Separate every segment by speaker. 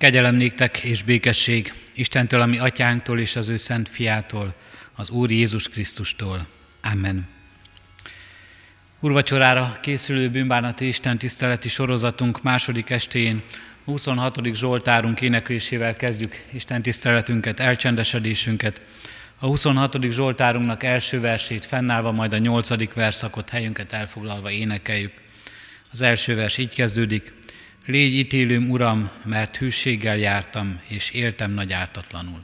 Speaker 1: Kegyelem néktek és békesség Istentől, a mi atyánktól és az ő szent fiától, az Úr Jézus Krisztustól. Amen. Úrvacsorára készülő bűnbánati Isten tiszteleti sorozatunk második estén 26. Zsoltárunk éneklésével kezdjük Isten tiszteletünket, elcsendesedésünket. A 26. Zsoltárunknak első versét fennállva, majd a 8. verszakot helyünket elfoglalva énekeljük. Az első vers így kezdődik: Légy ítélőm, Uram, mert hűséggel jártam, és éltem nagy ártatlanul.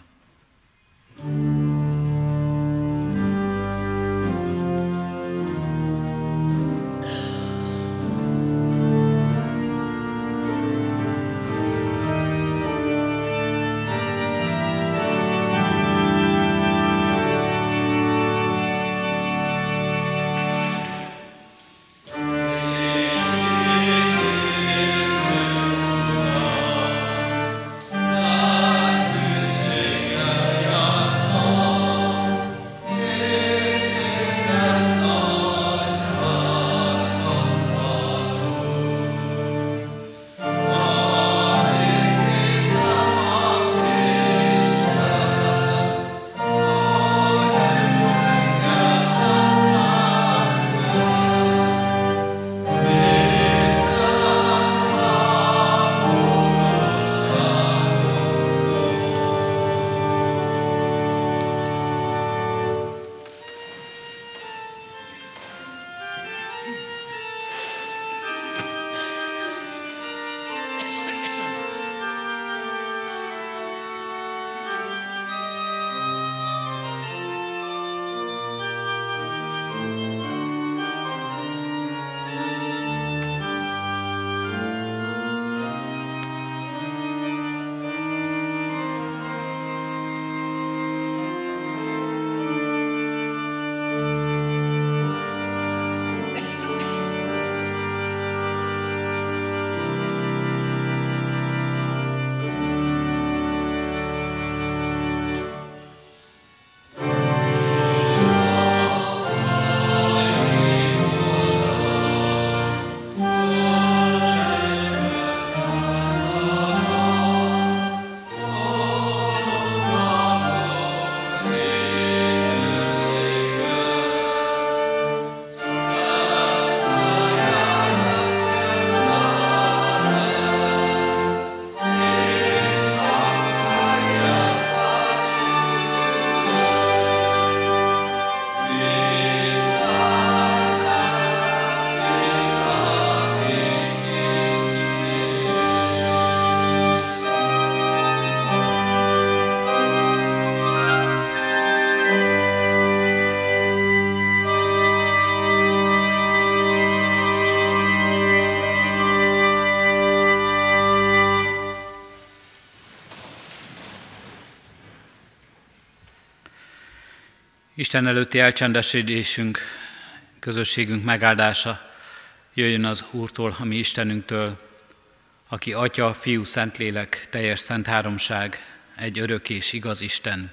Speaker 1: Isten előtti elcsendesedésünk, közösségünk megáldása jöjjön az Úrtól, a mi Istenünktől, aki Atya, Fiú, Szentlélek, teljes szent háromság, egy örök és igaz Isten.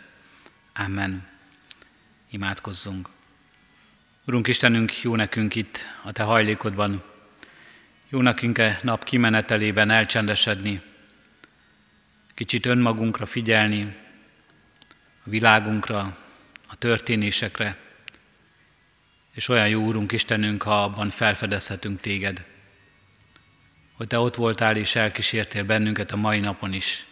Speaker 1: Amen. Imádkozzunk. Urunk Istenünk, jó nekünk itt a Te hajlékodban, jó nekünk nap kimenetelében elcsendesedni, kicsit önmagunkra figyelni, a világunkra, a történésekre, és olyan jó, Úrunk Istenünk, ha abban felfedezhetünk Téged, hogy Te ott voltál és elkísértél bennünket a mai napon is.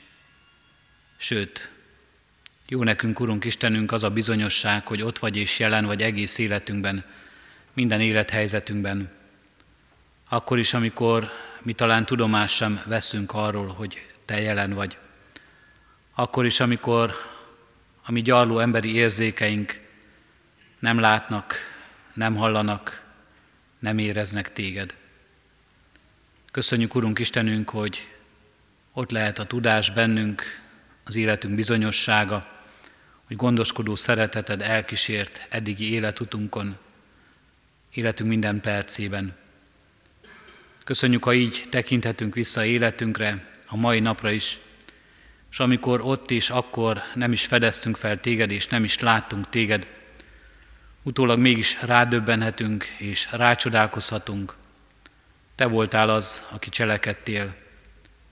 Speaker 1: Sőt, jó nekünk, Urunk Istenünk, az a bizonyosság, hogy ott vagy és jelen vagy egész életünkben, minden élethelyzetünkben. Akkor is, amikor mi talán tudomást sem veszünk arról, hogy Te jelen vagy. Akkor is, amikor a mi gyarló emberi érzékeink nem látnak, nem hallanak, nem éreznek Téged. Köszönjük, Urunk Istenünk, hogy ott lehet a tudás bennünk, az életünk bizonyossága, hogy gondoskodó szereteted elkísért eddigi életutunkon, életünk minden percében. Köszönjük, ha így tekinthetünk vissza életünkre, a mai napra is, és amikor ott és akkor nem is fedeztünk fel Téged, és nem is láttunk Téged, utólag mégis rádöbbenhetünk és rácsodálkozhatunk. Te voltál az, aki cselekedtél.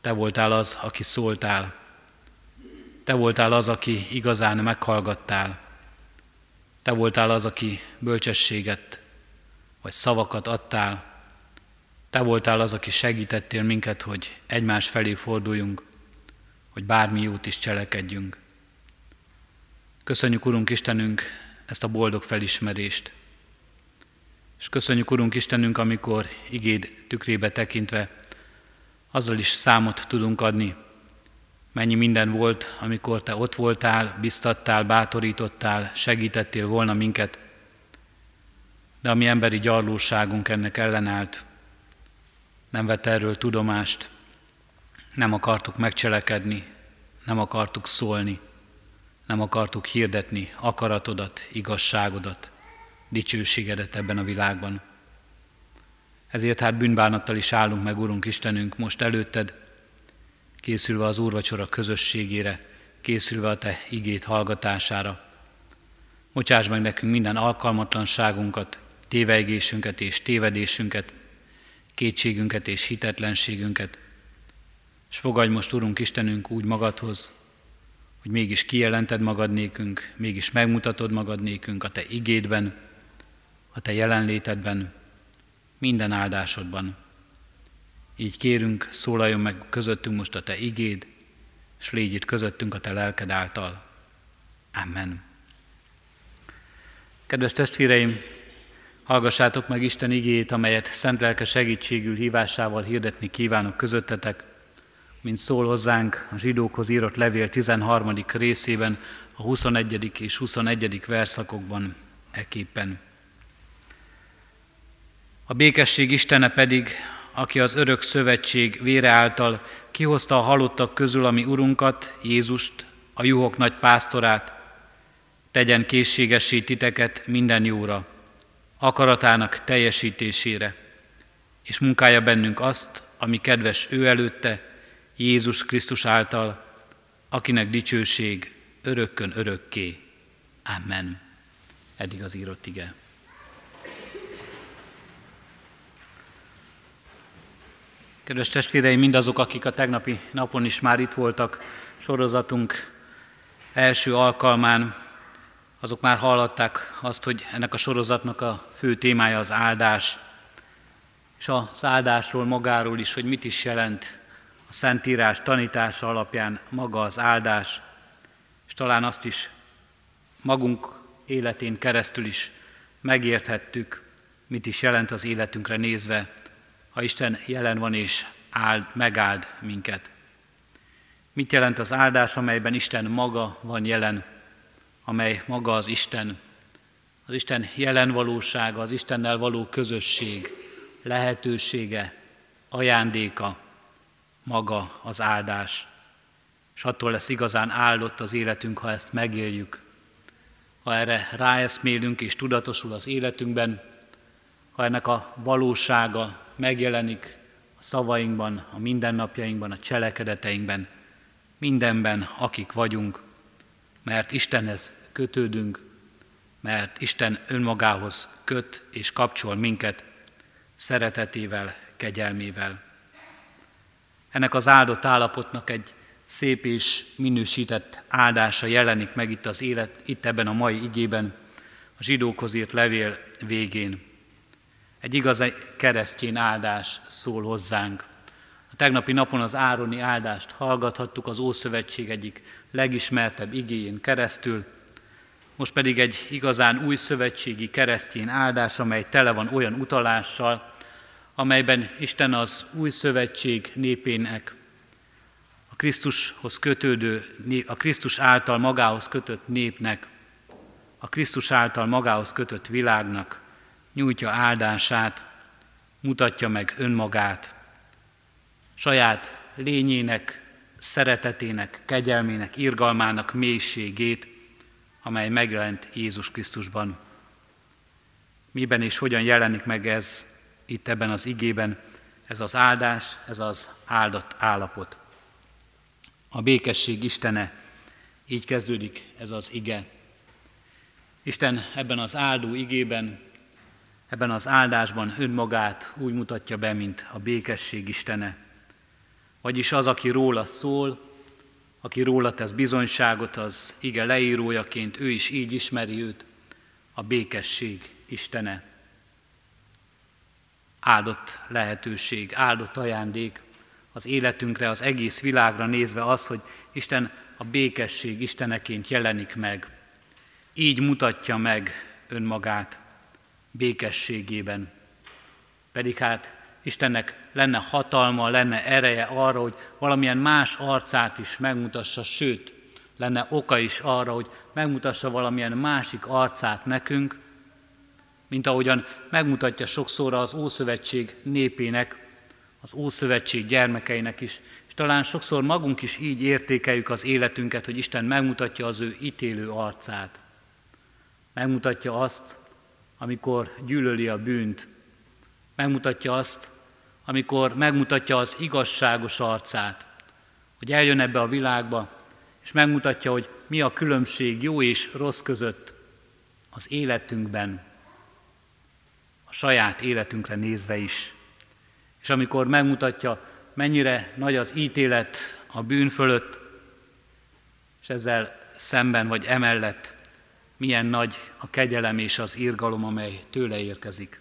Speaker 1: Te voltál az, aki szóltál. Te voltál az, aki igazán meghallgattál. Te voltál az, aki bölcsességet vagy szavakat adtál. Te voltál az, aki segítettél minket, hogy egymás felé forduljunk, hogy bármi jót is cselekedjünk. Köszönjük, Urunk Istenünk, ezt a boldog felismerést. És köszönjük, Urunk Istenünk, amikor igéd tükrébe tekintve azzal is számot tudunk adni, mennyi minden volt, amikor Te ott voltál, biztattál, bátorítottál, segítettél volna minket, de a mi emberi gyarlóságunk ennek ellenállt. Nem vett erről tudomást, nem akartuk megcselekedni, nem akartuk szólni, nem akartuk hirdetni akaratodat, igazságodat, dicsőségedet ebben a világban. Ezért hát bűnbánattal is állunk meg, Urunk Istenünk, most előtted, készülve az úrvacsora közösségére, készülve a Te igét hallgatására. Bocsáss meg nekünk minden alkalmatlanságunkat, tévejgésünket és tévedésünket, kétségünket és hitetlenségünket, és fogadj most, Urunk Istenünk, úgy magadhoz, hogy mégis kijelented magad nékünk, mégis megmutatod magad nékünk a Te igédben, a Te jelenlétedben, minden áldásodban. Így kérünk, szólaljon meg közöttünk most a Te igéd, és légy itt közöttünk a Te lelked által. Amen. Kedves testvéreim, hallgassátok meg Isten igéjét, amelyet szent lelke segítségül hívásával hirdetni kívánok közöttetek, mint szól hozzánk a zsidókhoz írott levél 13. részében, a 21. és 21. verszakokban eképpen. A békesség Istene pedig, aki az örök szövetség vére által kihozta a halottak közül a mi Urunkat, Jézust, a juhok nagy pásztorát, tegyen készségessé titeket minden jóra, akaratának teljesítésére, és munkálja bennünk azt, ami kedves ő előtte, Jézus Krisztus által, akinek dicsőség örökkön örökké. Amen. Eddig az írott ige. Kedves testvéreim, mindazok, akik a tegnapi napon is már itt voltak sorozatunk első alkalmán, azok már hallották azt, hogy ennek a sorozatnak a fő témája az áldás, és az áldásról magáról is, hogy mit is jelent a Szentírás tanítása alapján maga az áldás, és talán azt is magunk életén keresztül is megérthettük, mit is jelent az életünkre nézve, ha Isten jelen van és megáld minket. Mit jelent az áldás, amelyben Isten maga van jelen, amely maga az Isten jelen valósága, az Istennel való közösség, lehetősége, ajándéka, maga az áldás. És attól lesz igazán áldott az életünk, ha ezt megéljük. Ha erre ráeszmélünk és tudatosul az életünkben, ha ennek a valósága megjelenik a szavainkban, a mindennapjainkban, a cselekedeteinkben, mindenben, akik vagyunk, mert Istenhez kötődünk, mert Isten önmagához köt és kapcsol minket szeretetével, kegyelmével. Ennek az áldott állapotnak egy szép és minősített áldása jelenik meg itt ebben a mai igében, a zsidókhoz írt levél végén. Egy igazi keresztény áldás szól hozzánk. A tegnapi napon az ároni áldást hallgathattuk az Ószövetség egyik legismertebb igéjén keresztül, most pedig egy igazán új szövetségi keresztény áldás, amely tele van olyan utalással, amelyben Isten az új szövetség népének, a Krisztushoz kötődő, a Krisztus által magához kötött népnek, a Krisztus által magához kötött világnak nyújtja áldását, mutatja meg önmagát, saját lényének, szeretetének, kegyelmének, irgalmának mélységét, amely megjelent Jézus Krisztusban. Miben és hogyan jelenik meg ez itt ebben az igében, ez az áldás, ez az áldott állapot. A békesség Istene, így kezdődik ez az ige. Isten ebben az áldó igében, ebben az áldásban önmagát úgy mutatja be, mint a békesség Istene. Vagyis az, aki róla szól, aki róla tesz bizonyságot, az ige leírójaként, ő is így ismeri őt, a békesség Istene. Áldott lehetőség, áldott ajándék az életünkre, az egész világra nézve az, hogy Isten a békesség Isteneként jelenik meg. Így mutatja meg önmagát békességében. Pedig hát Istennek lenne hatalma, lenne ereje arra, hogy valamilyen más arcát is megmutassa, sőt, lenne oka is arra, hogy megmutassa valamilyen másik arcát nekünk, mint ahogyan megmutatja sokszor az Ószövetség népének, az Ószövetség gyermekeinek is, és talán sokszor magunk is így értékeljük az életünket, hogy Isten megmutatja az ő ítélő arcát. Megmutatja azt, amikor gyűlöli a bűnt. Megmutatja azt, amikor megmutatja az igazságos arcát, hogy eljön ebbe a világba, és megmutatja, hogy mi a különbség jó és rossz között az életünkben, a saját életünkre nézve is. És amikor megmutatja, mennyire nagy az ítélet a bűn fölött, és ezzel szemben vagy emellett milyen nagy a kegyelem és az irgalom, amely tőle érkezik.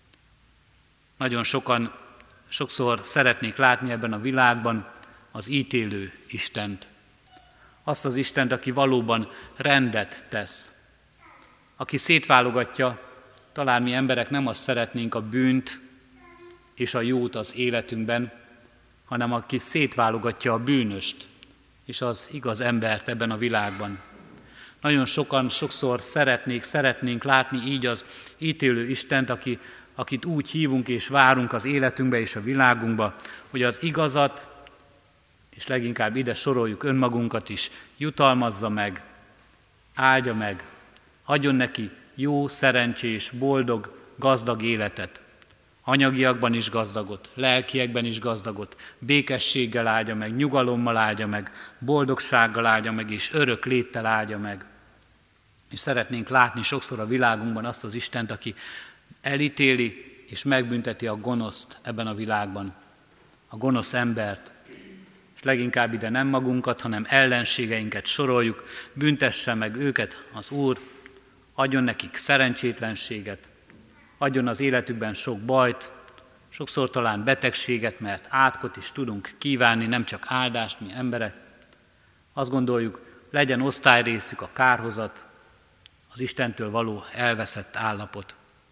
Speaker 1: Nagyon sokszor szeretnék látni ebben a világban az ítélő Istent. Azt az Istent, aki valóban rendet tesz. Aki szétválogatja, talán mi emberek nem azt szeretnénk a bűnt és a jót az életünkben, hanem aki szétválogatja a bűnöst és az igaz embert ebben a világban. Nagyon sokszor szeretnénk látni így az ítélő Istent, akit úgy hívunk és várunk az életünkbe és a világunkba, hogy az igazat, és leginkább ide soroljuk önmagunkat is, jutalmazza meg, áldja meg, adjon neki jó, szerencsés, boldog, gazdag életet. Anyagiakban is gazdagot, lelkiekben is gazdagot, békességgel áldja meg, nyugalommal áldja meg, boldogsággal áldja meg, és örök léttel áldja meg. És szeretnénk látni sokszor a világunkban azt az Istent, aki elítéli és megbünteti a gonoszt ebben a világban, a gonosz embert, és leginkább ide nem magunkat, hanem ellenségeinket soroljuk, büntesse meg őket az Úr, adjon nekik szerencsétlenséget, adjon az életükben sok bajt, sokszor talán betegséget, mert átkot is tudunk kívánni, nem csak áldást, mi emberek. Azt gondoljuk, legyen osztályrészük a kárhozat, az Istentől való elveszett állapot.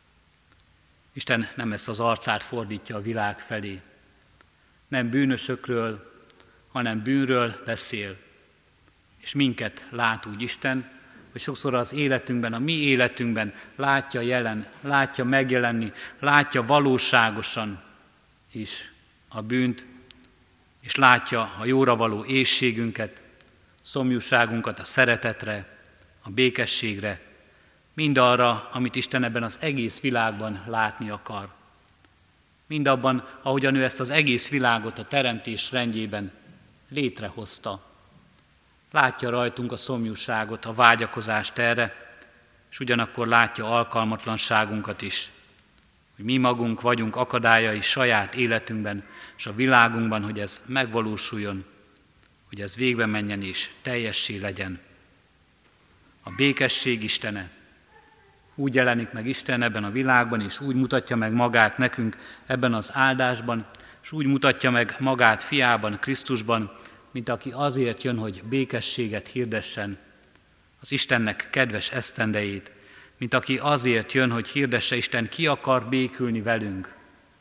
Speaker 1: Isten nem ezt az arcát fordítja a világ felé. Nem bűnösökről, hanem bűnről beszél. És minket lát úgy Isten, hogy sokszor az életünkben, a mi életünkben látja megjelenni, látja valóságosan is a bűnt, és látja a jóra való éhségünket, szomjúságunkat a szeretetre, a békességre, mindarra, amit Isten ebben az egész világban látni akar. Mindabban, ahogyan ő ezt az egész világot a teremtés rendjében létrehozta. Látja rajtunk a szomjúságot, a vágyakozást erre, és ugyanakkor látja alkalmatlanságunkat is, hogy mi magunk vagyunk akadályai saját életünkben és a világunkban, hogy ez megvalósuljon, hogy ez végbe menjen és teljessé legyen. A békesség Istene. Úgy jelenik meg Isten ebben a világban, és úgy mutatja meg magát nekünk ebben az áldásban, és úgy mutatja meg magát fiában, Krisztusban, mint aki azért jön, hogy békességet hirdessen, az Istennek kedves esztendejét, mint aki azért jön, hogy hirdesse Isten, ki akar békülni velünk,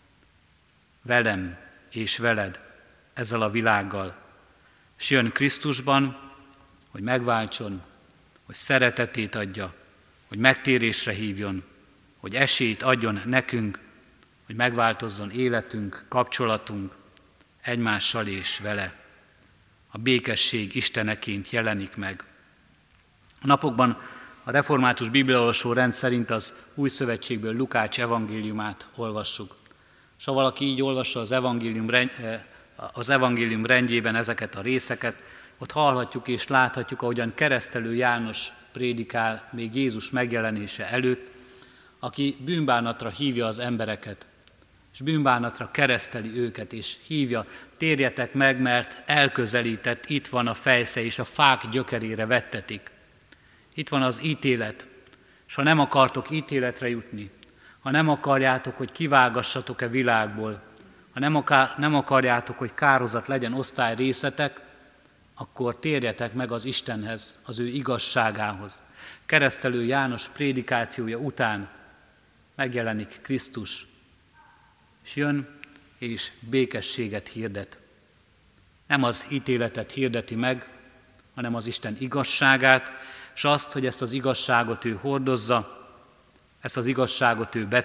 Speaker 1: velem és veled, ezzel a világgal. És jön Krisztusban, hogy megváltson, hogy szeretetét adja, hogy megtérésre hívjon, hogy esélyt adjon nekünk, hogy megváltozzon életünk, kapcsolatunk egymással és vele. A békesség Isteneként jelenik meg. A napokban a református bibliaolvasó rend szerint az Új Szövetségből Lukács evangéliumát olvassuk. És ha valaki így olvassa az evangélium rendjében ezeket a részeket, ott hallhatjuk és láthatjuk, ahogyan Keresztelő János prédikál még Jézus megjelenése előtt, aki bűnbánatra hívja az embereket. és bűnbánatra kereszteli őket, és hívja, térjetek meg, mert elközelített, itt van a fejsze, és a fák gyökerére vettetik. Itt van az ítélet, és ha nem akartok ítéletre jutni, ha nem akarjátok, hogy kivágassatok-e világból, ha nem akarjátok, hogy kárhozat legyen osztály részetek, akkor térjetek meg az Istenhez, az ő igazságához. Keresztelő János prédikációja után megjelenik Krisztus, és jön, és békességet hirdet. Nem az ítéletet hirdeti meg, hanem az Isten igazságát, és azt, hogy ezt az igazságot ő hordozza, ezt az igazságot ő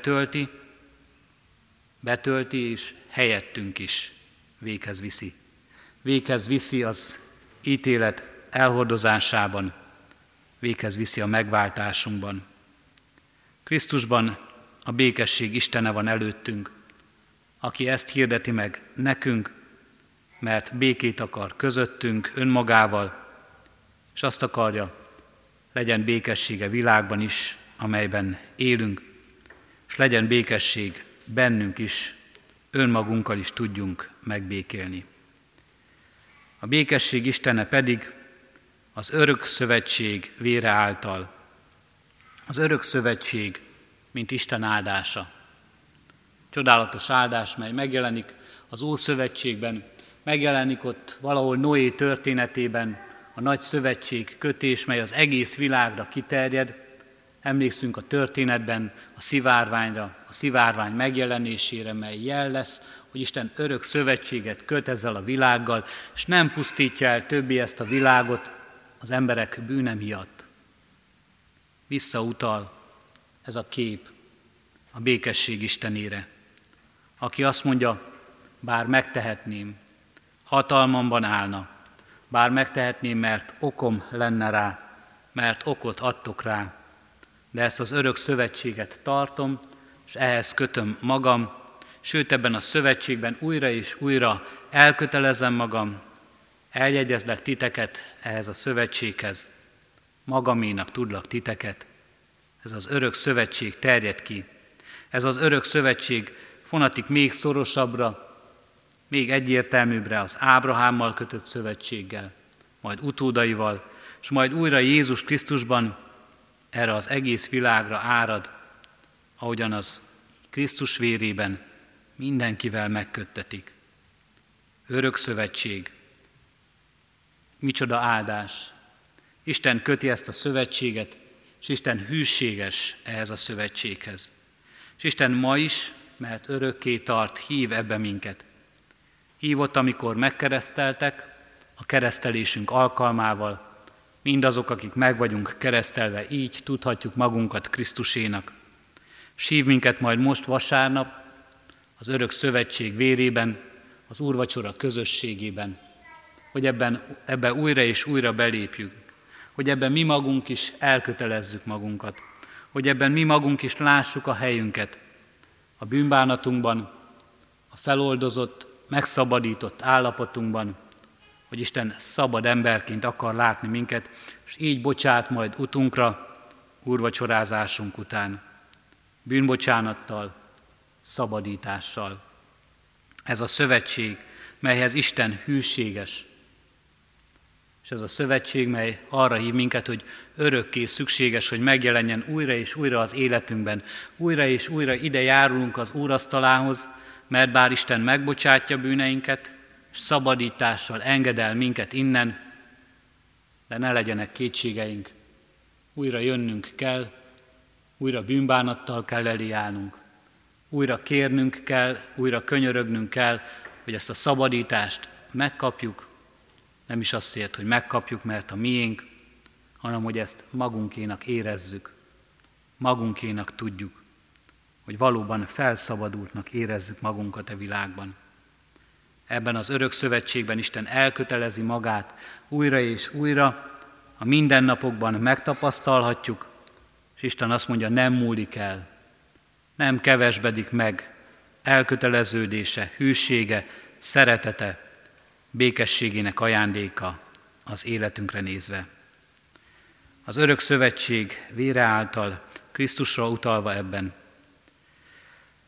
Speaker 1: betölti, és helyettünk is véghez viszi. Véghez viszi az ítélet elhordozásában, véghez viszi a megváltásunkban. Krisztusban a békesség Istene van előttünk, aki ezt hirdeti meg nekünk, mert békét akar közöttünk, önmagával, és azt akarja, legyen békessége világban is, amelyben élünk, és legyen békesség bennünk is, önmagunkkal is tudjunk megbékélni. A békesség Istene pedig az örök szövetség vére által. Az örök szövetség, mint Isten áldása. Csodálatos áldás, mely megjelenik az Ószövetségben, megjelenik ott valahol Noé történetében, a nagy szövetség kötés, mely az egész világra kiterjed. Emlékszünk a történetben a szivárványra, a szivárvány megjelenésére, mely jel lesz, hogy Isten örök szövetséget köt ezzel a világgal, és nem pusztítja el többé ezt a világot az emberek bűne miatt. Visszautal ez a kép a békesség Istenére, aki azt mondja, bár megtehetném, hatalmamban állna, bár megtehetném, mert okom lenne rá, mert okot adtok rá, de ezt az örök szövetséget tartom, és ehhez kötöm magam, sőt ebben a szövetségben újra és újra elkötelezem magam, eljegyezlek titeket ehhez a szövetséghez, magaménak tudlak titeket. Ez az örök szövetség terjed ki. Ez az örök szövetség fonatik még szorosabbra, még egyértelműbbre az Ábrahámmal kötött szövetséggel, majd utódaival, és majd újra Jézus Krisztusban erre az egész világra árad, ahogyan az Krisztus vérében mindenkivel megköttetik. Örök szövetség. Micsoda áldás. Isten köti ezt a szövetséget, és Isten hűséges ehhez a szövetséghez. És Isten ma is, mert örökké tart, hív ebbe minket. Hívott, amikor megkereszteltek, a keresztelésünk alkalmával, mindazok, akik meg vagyunk keresztelve, így tudhatjuk magunkat Krisztusénak. S hív minket majd most vasárnap, az örök szövetség vérében, az úrvacsora közösségében, hogy ebbe újra és újra belépjünk, hogy ebben mi magunk is elkötelezzük magunkat, hogy ebben mi magunk is lássuk a helyünket, a bűnbánatunkban, a feloldozott, megszabadított állapotunkban, hogy Isten szabad emberként akar látni minket, és így bocsát majd utunkra, úrvacsorázásunk után, bűnbocsánattal, szabadítással. Ez a szövetség, melyhez Isten hűséges, és ez a szövetség, mely arra hív minket, hogy örökké szükséges, hogy megjelenjen újra és újra az életünkben. Újra és újra ide járulunk az úrasztalához, mert bár Isten megbocsátja bűneinket, és szabadítással engedel minket innen, de ne legyenek kétségeink. Újra jönnünk kell, újra bűnbánattal kell elé állnunk. Újra kérnünk kell, újra könyörögnünk kell, hogy ezt a szabadítást megkapjuk, nem is azért, hogy megkapjuk, mert a miénk, hanem hogy ezt magunkénak érezzük, magunkénak tudjuk, hogy valóban felszabadultnak érezzük magunkat a világban. Ebben az örök szövetségben Isten elkötelezi magát újra és újra, a mindennapokban megtapasztalhatjuk, és Isten azt mondja, nem múlik el, nem kevesbedik meg elköteleződése, hűsége, szeretete, békességének ajándéka az életünkre nézve. Az örök szövetség vére által, Krisztusra utalva ebben.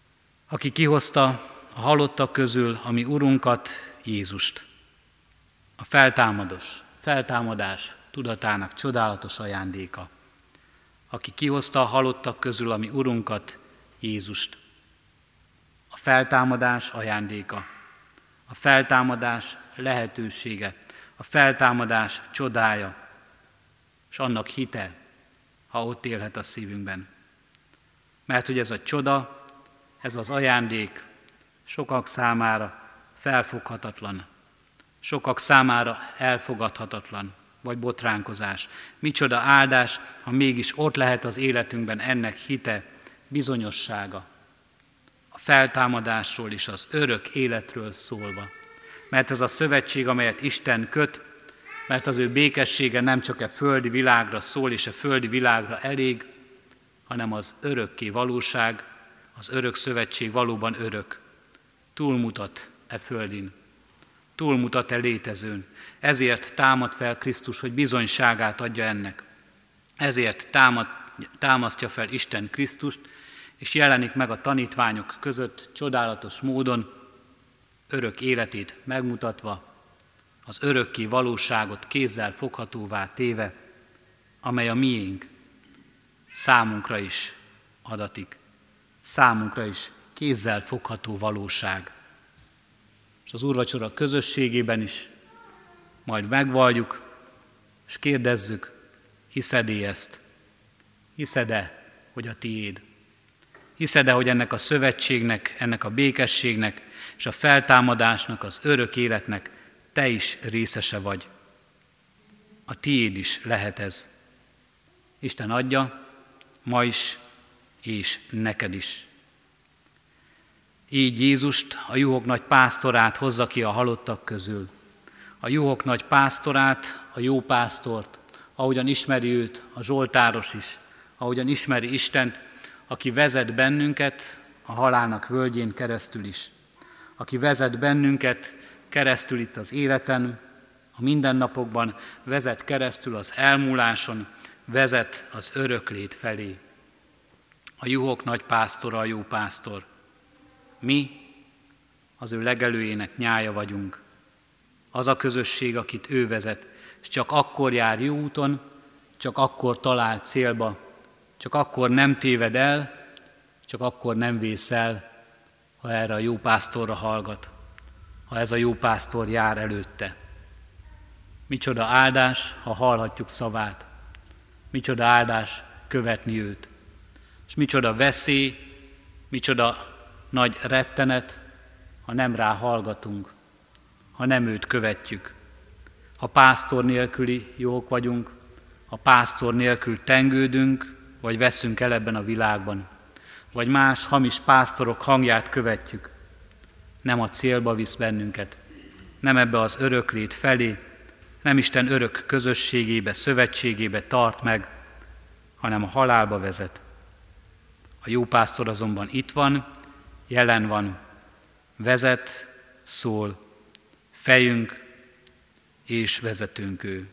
Speaker 1: aki kihozta a halottak közül a mi Urunkat, Jézust. A feltámadás tudatának csodálatos ajándéka. Aki kihozta a halottak közül a mi Urunkat, Jézust. A feltámadás ajándéka. A feltámadás lehetősége. A feltámadás csodája. És annak hite, ha ott élhet a szívünkben. Mert hogy ez a csoda, ez az ajándék sokak számára felfoghatatlan, sokak számára elfogadhatatlan, vagy botránkozás. Micsoda áldás, ha mégis ott lehet az életünkben ennek hite, bizonyossága. A feltámadásról és az örök életről szólva. Mert ez a szövetség, amelyet Isten köt, mert az ő békessége nem csak a földi világra szól, és a földi világra elég, hanem az örökké valóság, az örök szövetség valóban örök. Túlmutat e földin, túlmutat e létezőn. Ezért támad fel Krisztus, hogy bizonyságát adja ennek. Ezért támasztja fel Isten Krisztust, és jelenik meg a tanítványok között csodálatos módon, örök életét megmutatva, az örökké valóságot kézzel foghatóvá téve, amely a miénk, számunkra is adatik, számunkra is kézzel fogható valóság. És az úrvacsora közösségében is majd megvalljuk, és kérdezzük, hiszed-e ezt? Hiszed-e, hogy a tiéd? Hiszed-e, hogy ennek a szövetségnek, ennek a békességnek és a feltámadásnak, az örök életnek te is részese vagy? A tiéd is lehet ez. Isten adja, ma is, és neked is. Így Jézust, a juhok nagy pásztorát hozza ki a halottak közül. A juhok nagy pásztorát, a jó pásztort, ahogyan ismeri őt a zsoltáros is, ahogyan ismeri Istent, aki vezet bennünket a halálnak völgyén keresztül is. Aki vezet bennünket keresztül itt az életen, a mindennapokban, vezet keresztül az elmúláson, vezet az öröklét felé. A juhok nagy pásztora, a jó pásztor. Mi az ő legelőjének nyája vagyunk. Az a közösség, akit ő vezet, és csak akkor jár jó úton, csak akkor talál célba, csak akkor nem téved el, csak akkor nem vész el, ha erre a jó pásztorra hallgat, ha ez a jó pásztor jár előtte. Micsoda áldás, ha hallhatjuk szavát, micsoda áldás követni őt, és micsoda veszély, micsoda nagy rettenet, ha nem rá hallgatunk, ha nem őt követjük. Ha pásztor nélküli jók vagyunk, ha pásztor nélkül tengődünk, vagy veszünk el ebben a világban, vagy más hamis pásztorok hangját követjük, nem a célba visz bennünket, nem ebbe az öröklét felé, nem Isten örök közösségébe, szövetségébe tart meg, hanem a halálba vezet. A jó pásztor azonban itt van, jelen van, vezet, szól, fejünk és vezetünk ő.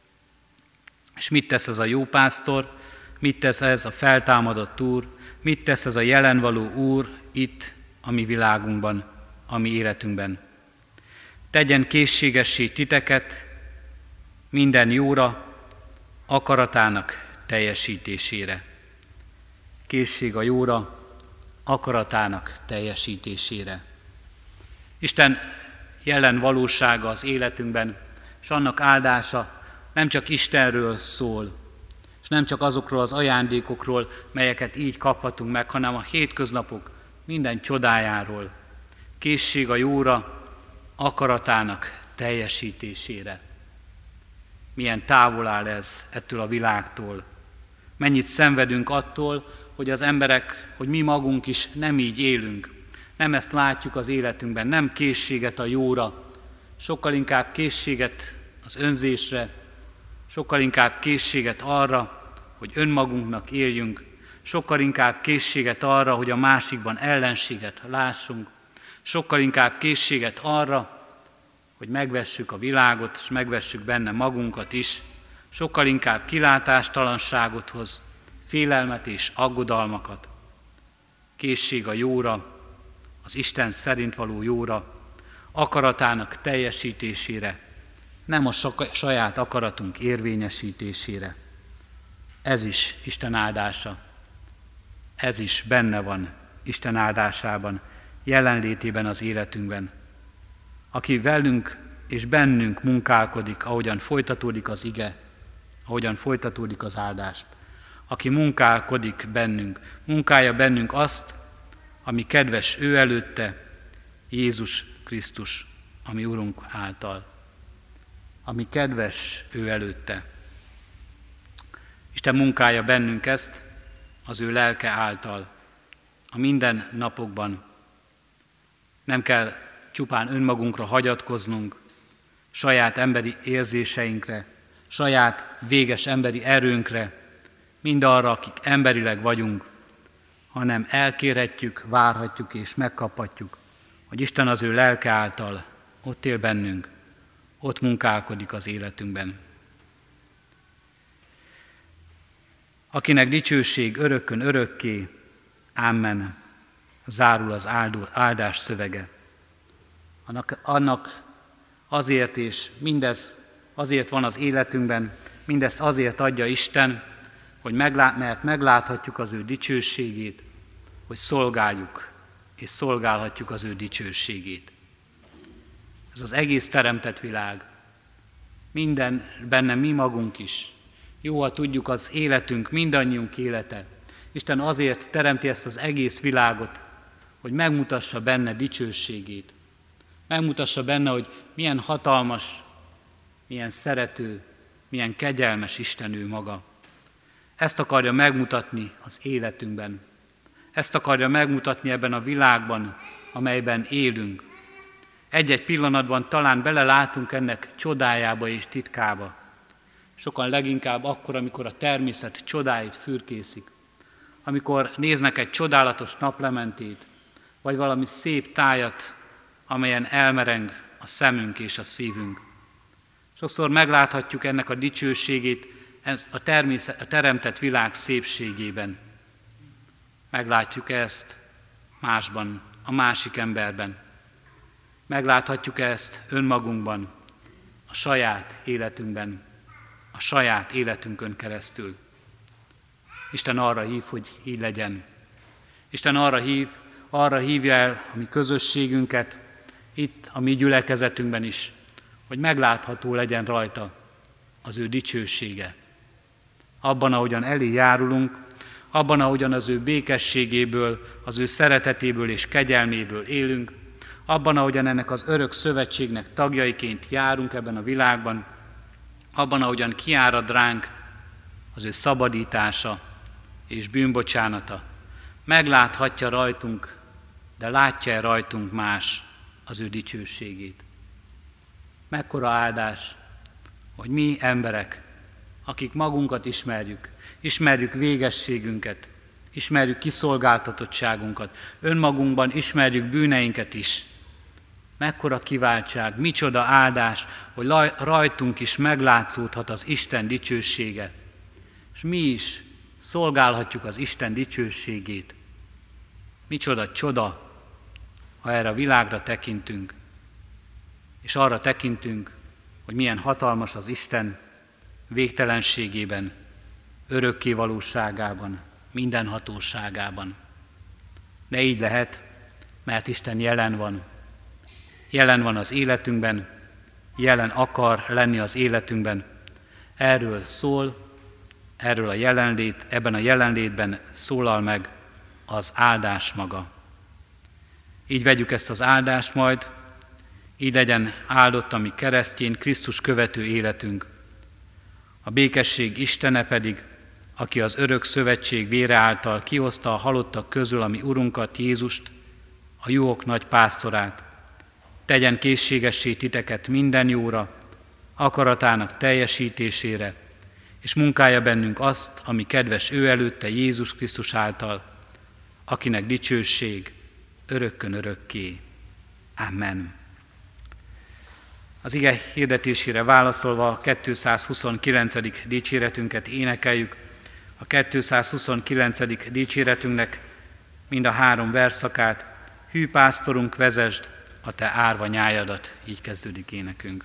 Speaker 1: És mit tesz ez a jó pásztor, mit tesz ez a feltámadott Úr, mit tesz ez a jelenvaló Úr itt a mi világunkban, a mi életünkben? Tegyen készségessé titeket minden jóra, akaratának teljesítésére. Készség a jóra, akaratának teljesítésére. Isten jelen valósága az életünkben, és annak áldása nem csak Istenről szól, és nem csak azokról az ajándékokról, melyeket így kaphatunk meg, hanem a hétköznapok minden csodájáról. Készség a jóra, akaratának teljesítésére. Milyen távol áll ez ettől a világtól. Mennyit szenvedünk attól, hogy az emberek, hogy mi magunk is nem így élünk. Nem ezt látjuk az életünkben, nem készséget a jóra, sokkal inkább készséget az önzésre, sokkal inkább készséget arra, hogy önmagunknak éljünk, sokkal inkább készséget arra, hogy a másikban ellenséget lássunk, sokkal inkább készséget arra, hogy megvessük a világot, és megvessük benne magunkat is, sokkal inkább kilátástalanságot hoz, félelmet és aggodalmakat. Készség a jóra, az Isten szerint való jóra, akaratának teljesítésére, nem a saját akaratunk érvényesítésére. Ez is Isten áldása. Ez is benne van Isten áldásában, jelenlétében az életünkben. Aki velünk és bennünk munkálkodik, ahogyan folytatódik az ige, ahogyan folytatódik az áldást. Aki munkálkodik bennünk, munkálja bennünk azt, ami kedves ő előtte, Jézus Krisztus, ami Urunk által. Ami kedves ő előtte. Isten munkálja bennünk ezt az ő lelke által, a minden napokban. Nem kell csupán önmagunkra hagyatkoznunk, saját emberi érzéseinkre, saját véges emberi erőnkre, mindarra, akik emberileg vagyunk, hanem elkérhetjük, várhatjuk és megkaphatjuk, hogy Isten az ő lelke által ott él bennünk, ott munkálkodik az életünkben. Akinek dicsőség örökkön örökké, Amen, zárul az áldás szövege. Annak azért és mindez azért van az életünkben, mindezt azért adja Isten, hogy mert megláthatjuk az ő dicsőségét, hogy szolgáljuk és szolgálhatjuk az ő dicsőségét. Ez az egész teremtett világ, minden benne mi magunk is. Jó, ha tudjuk az életünk, mindannyiunk élete. Isten azért teremti ezt az egész világot, hogy megmutassa benne dicsőségét. Megmutassa benne, hogy milyen hatalmas, milyen szerető, milyen kegyelmes Isten ő maga. Ezt akarja megmutatni az életünkben. Ezt akarja megmutatni ebben a világban, amelyben élünk. Egy-egy pillanatban talán belelátunk ennek csodájába és titkába. Sokan leginkább akkor, amikor a természet csodáit fürkészik. Amikor néznek egy csodálatos naplementét, vagy valami szép tájat, amelyen elmereng a szemünk és a szívünk. Sokszor megláthatjuk ennek a dicsőségét a teremtett világ szépségében. Meglátjuk ezt másban, a másik emberben. Megláthatjuk ezt önmagunkban, a saját életünkben, a saját életünkön keresztül. Isten arra hív, hogy így legyen. Isten arra hívja el a mi közösségünket, itt a mi gyülekezetünkben is, hogy meglátható legyen rajta az ő dicsősége. Abban, ahogyan elé járulunk, abban, ahogyan az ő békességéből, az ő szeretetéből és kegyelméből élünk, abban, ahogyan ennek az örök szövetségnek tagjaiként járunk ebben a világban, abban, ahogyan kiárad ránk az ő szabadítása és bűnbocsánata, megláthatja rajtunk, de látja-e rajtunk más az ő dicsőségét. Mekkora áldás, hogy mi emberek, akik magunkat ismerjük végességünket, ismerjük kiszolgáltatottságunkat, önmagunkban ismerjük bűneinket is. Mekkora kiváltság, micsoda áldás, hogy rajtunk is meglátszódhat az Isten dicsősége, és mi is szolgálhatjuk az Isten dicsőségét. Micsoda csoda, ha erre a világra tekintünk, és arra tekintünk, hogy milyen hatalmas az Isten végtelenségében, örökké valóságában, mindenhatóságában. De így lehet, mert Isten jelen van. Jelen van az életünkben, jelen akar lenni az életünkben. Erről szól, erről a jelenlét, ebben a jelenlétben szólal meg az áldás maga. Így vegyük ezt az áldást majd, így legyen áldott a mi keresztény, Krisztus követő életünk. A békesség Istene pedig, aki az örök szövetség vére által kihozta a halottak közül a mi Urunkat, Jézust, a juhok nagy pásztorát, tegyen készségessé titeket minden jóra, akaratának teljesítésére, és munkálja bennünk azt, ami kedves ő előtte Jézus Krisztus által, akinek dicsőség örökkön örökké. Amen. Az ige hirdetésére válaszolva a 229. dicséretünket énekeljük. A 229. dicséretünknek mind a 3 verszakát, Hű pásztorunk, vezesd a te árva nyájadat, így kezdődik énekünk.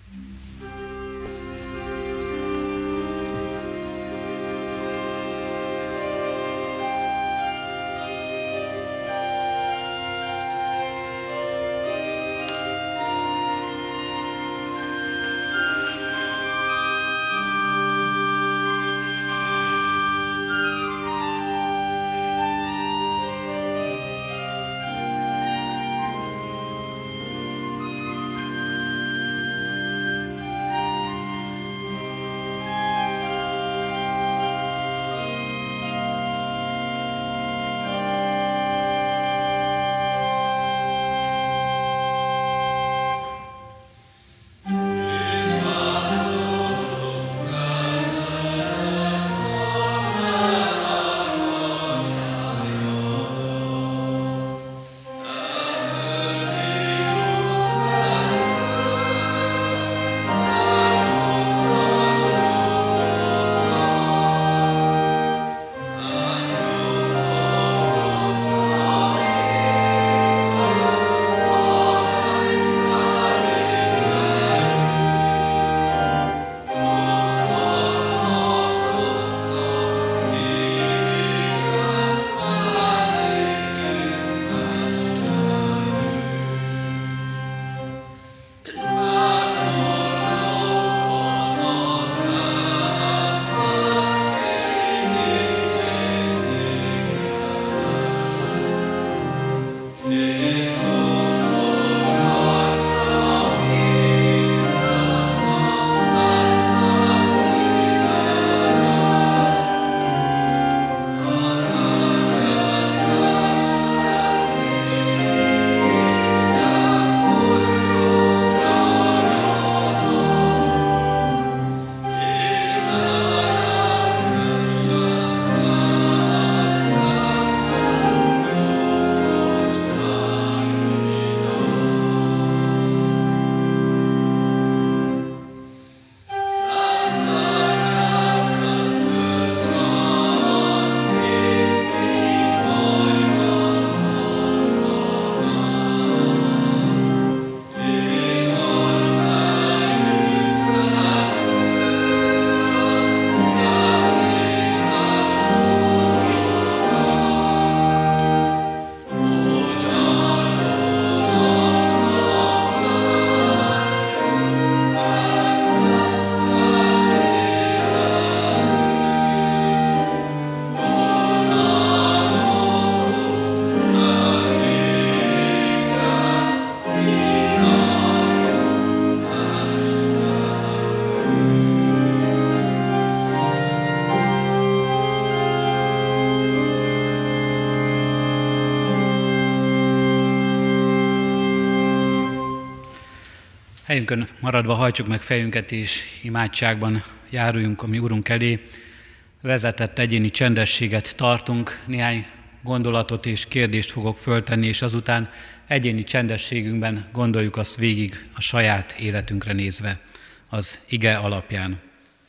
Speaker 1: Helyünkön maradva hajtsuk meg fejünket, és imádságban járuljunk a mi Urunk elé. Vezetett egyéni csendességet tartunk, néhány gondolatot és kérdést fogok föltenni, és azután egyéni csendességünkben gondoljuk azt végig a saját életünkre nézve, az ige alapján.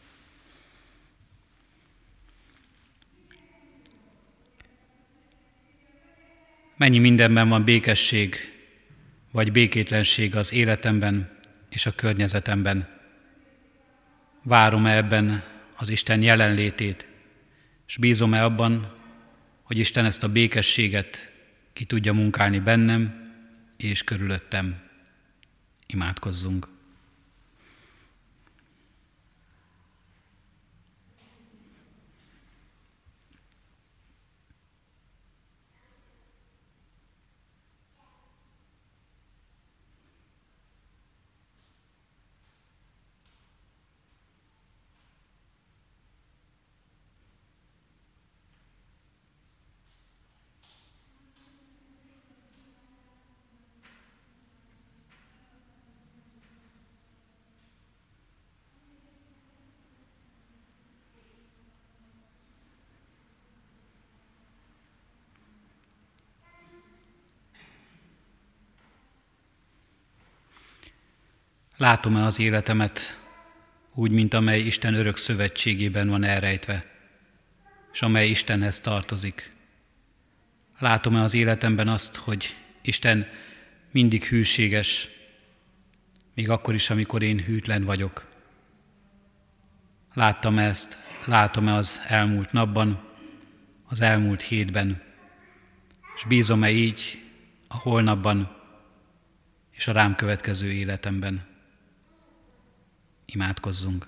Speaker 1: Mennyi mindenben van békesség, vagy békétlenség az életemben és a környezetemben. Várom-e ebben az Isten jelenlétét, és bízom-e abban, hogy Isten ezt a békességet ki tudja munkálni bennem és körülöttem. Imádkozzunk. Látom-e az életemet úgy, mint amely Isten örök szövetségében van elrejtve, és amely Istenhez tartozik? Látom-e az életemben azt, hogy Isten mindig hűséges, még akkor is, amikor én hűtlen vagyok. Láttam ezt, látom-e az elmúlt napban, az elmúlt hétben, és bízom-e így a holnapban és a rám következő életemben. Imádkozzunk.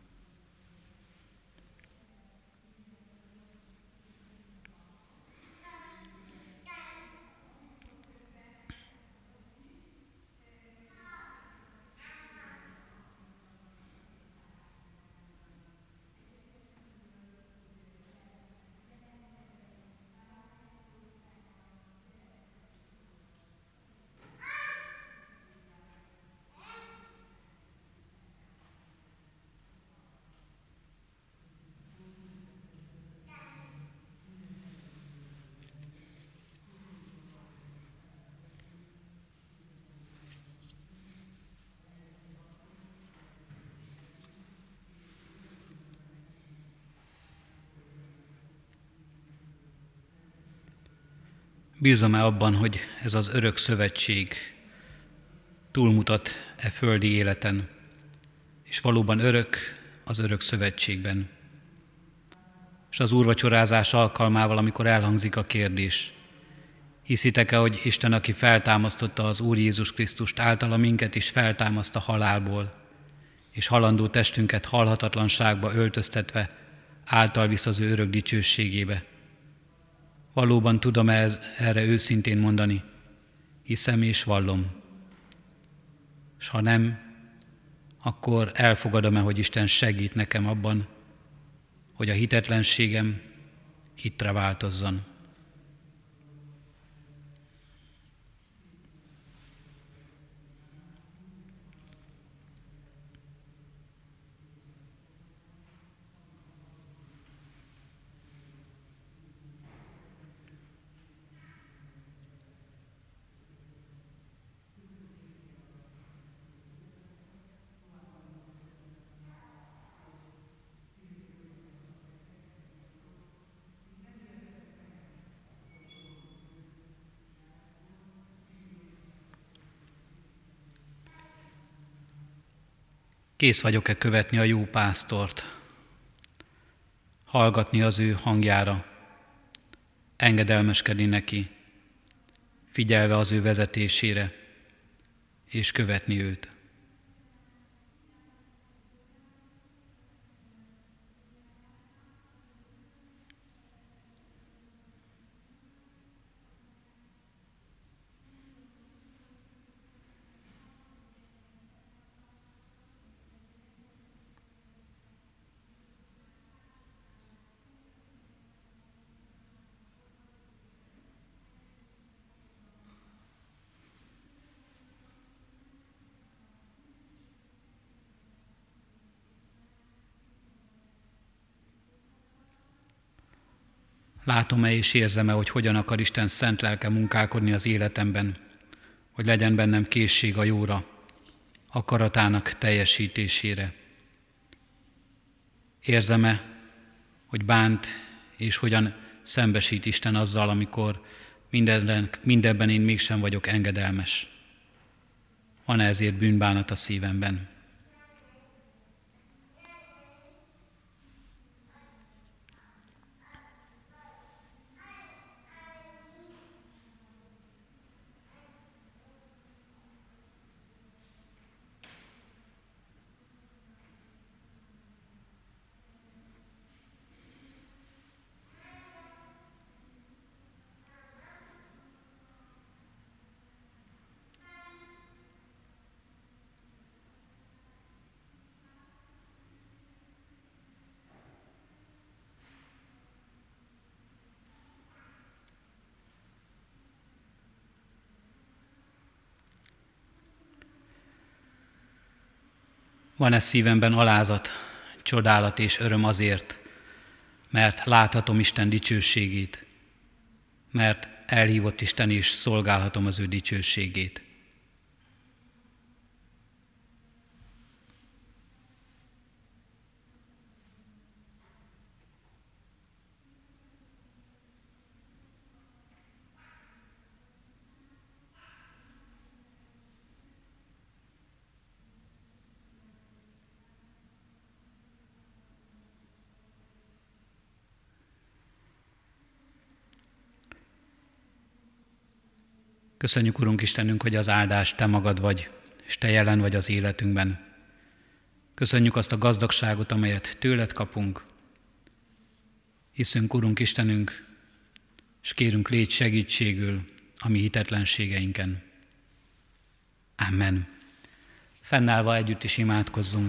Speaker 1: Bízom-e abban, hogy ez az örök szövetség túlmutat e földi életen, és valóban örök az örök szövetségben. És az úrvacsorázás alkalmával, amikor elhangzik a kérdés, hiszitek-e, hogy Isten, aki feltámasztotta az Úr Jézus Krisztust, általa minket is feltámaszt a halálból, és halandó testünket halhatatlanságba öltöztetve, által visz az ő örök dicsőségébe? Valóban tudom erre őszintén mondani, hiszem és vallom. És ha nem, akkor elfogadom-e, hogy Isten segít nekem abban, hogy a hitetlenségem hittre változzon. Kész vagyok-e követni a jó pásztort, hallgatni az ő hangjára, engedelmeskedni neki, figyelve az ő vezetésére, és követni őt. Látom-e és érzem-e, hogy hogyan akar Isten szent lelke munkálkodni az életemben, hogy legyen bennem készség a jóra, akaratának teljesítésére. Érzem-e, hogy bánt és hogyan szembesít Isten azzal, amikor mindenben én mégsem vagyok engedelmes. Van-e ezért bűnbánat a szívemben? Van-e szívemben alázat, csodálat és öröm azért, mert láthatom Isten dicsőségét, mert elhívott Isten és szolgálhatom az ő dicsőségét. Köszönjük, Urunk Istenünk, hogy az áldás Te magad vagy, és Te jelen vagy az életünkben. Köszönjük azt a gazdagságot, amelyet tőled kapunk. Hiszünk, Urunk Istenünk, és kérünk, légy segítségül a mi hitetlenségeinken. Amen. Fennállva együtt is imádkozzunk.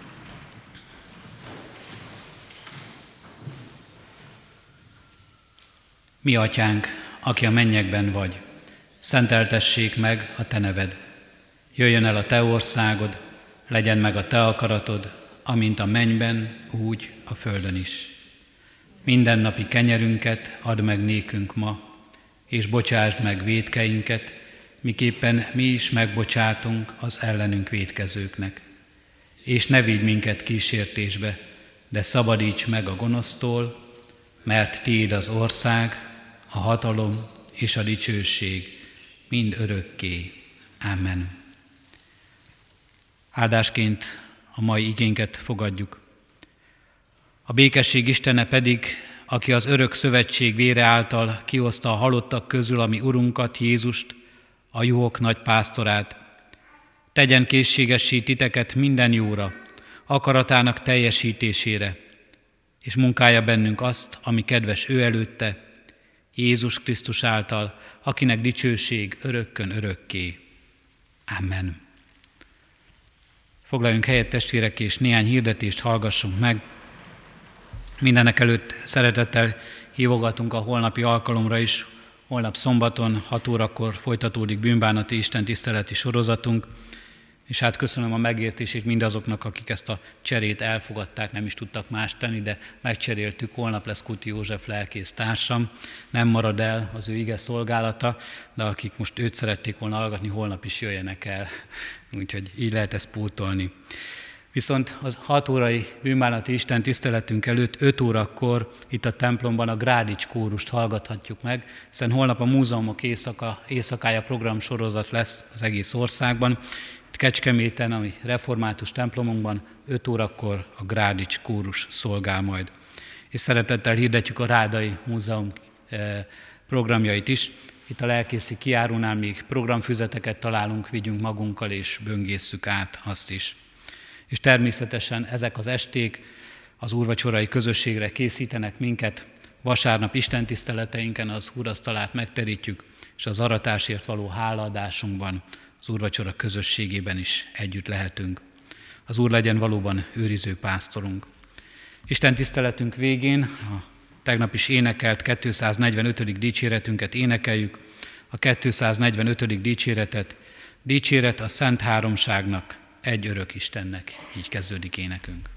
Speaker 1: Mi atyánk, aki a mennyekben vagy, szenteltessék meg a te neved. Jöjjön el a te országod, legyen meg a te akaratod, amint a mennyben, úgy a földön is. Mindennapi kenyerünket add meg nékünk ma, és bocsásd meg vétkeinket, miképpen mi is megbocsátunk az ellenünk vétkezőknek. És ne vigy minket kísértésbe, de szabadíts meg a gonosztól, mert tiéd az ország, a hatalom és a dicsőség mind örökké. Amen. Áldásként a mai igénket fogadjuk. A békesség Istene pedig, aki az örök szövetség vére által kihozta a halottak közül a mi Urunkat, Jézust, a juhok nagy pásztorát, tegyen készségessé titeket minden jóra, akaratának teljesítésére, és munkálja bennünk azt, ami kedves ő előtte, Jézus Krisztus által, akinek dicsőség örökkön örökké. Amen. Foglaljunk helyet, testvérek, és néhány hirdetést hallgassunk meg. Mindenek előtt szeretettel hívogatunk a holnapi alkalomra is. Holnap szombaton 6 órakor folytatódik bűnbánati istentiszteleti sorozatunk, és hát köszönöm a megértését mindazoknak, akik ezt a cserét elfogadták, nem is tudtak más tenni, de megcseréltük, holnap lesz Kuti József lelkész társam, nem marad el az ő ige szolgálata, de akik most őt szerették volna hallgatni, holnap is jöjjenek el, úgyhogy így lehet ezt pótolni. Viszont az 6 órai bűnbánati istentiszteletünk előtt 5 órakor itt a templomban a Grádics kórust hallgathatjuk meg, hiszen holnap a múzeumok éjszakája programsorozat lesz az egész országban. Itt Kecskeméten, a református templomunkban 5 órakor a Grádics kórus szolgál majd. És szeretettel hirdetjük a Rádai Múzeum programjait is. Itt a lelkészi kijárónál még programfüzeteket találunk, vigyünk magunkkal és böngésszük át azt is. És természetesen ezek az esték az úrvacsorai közösségre készítenek minket. Vasárnap istentiszteleteinken az úrasztalát megterítjük, és az aratásért való hálaadásunkban az úrvacsora közösségében is együtt lehetünk. Az Úr legyen valóban őriző pásztorunk. Istentiszteletünk végén a tegnap is énekelt 245. dicséretünket énekeljük. A 245. dicséretet, dicséret a Szent Háromságnak, egy örök Istennek. Így kezdődik énekünk.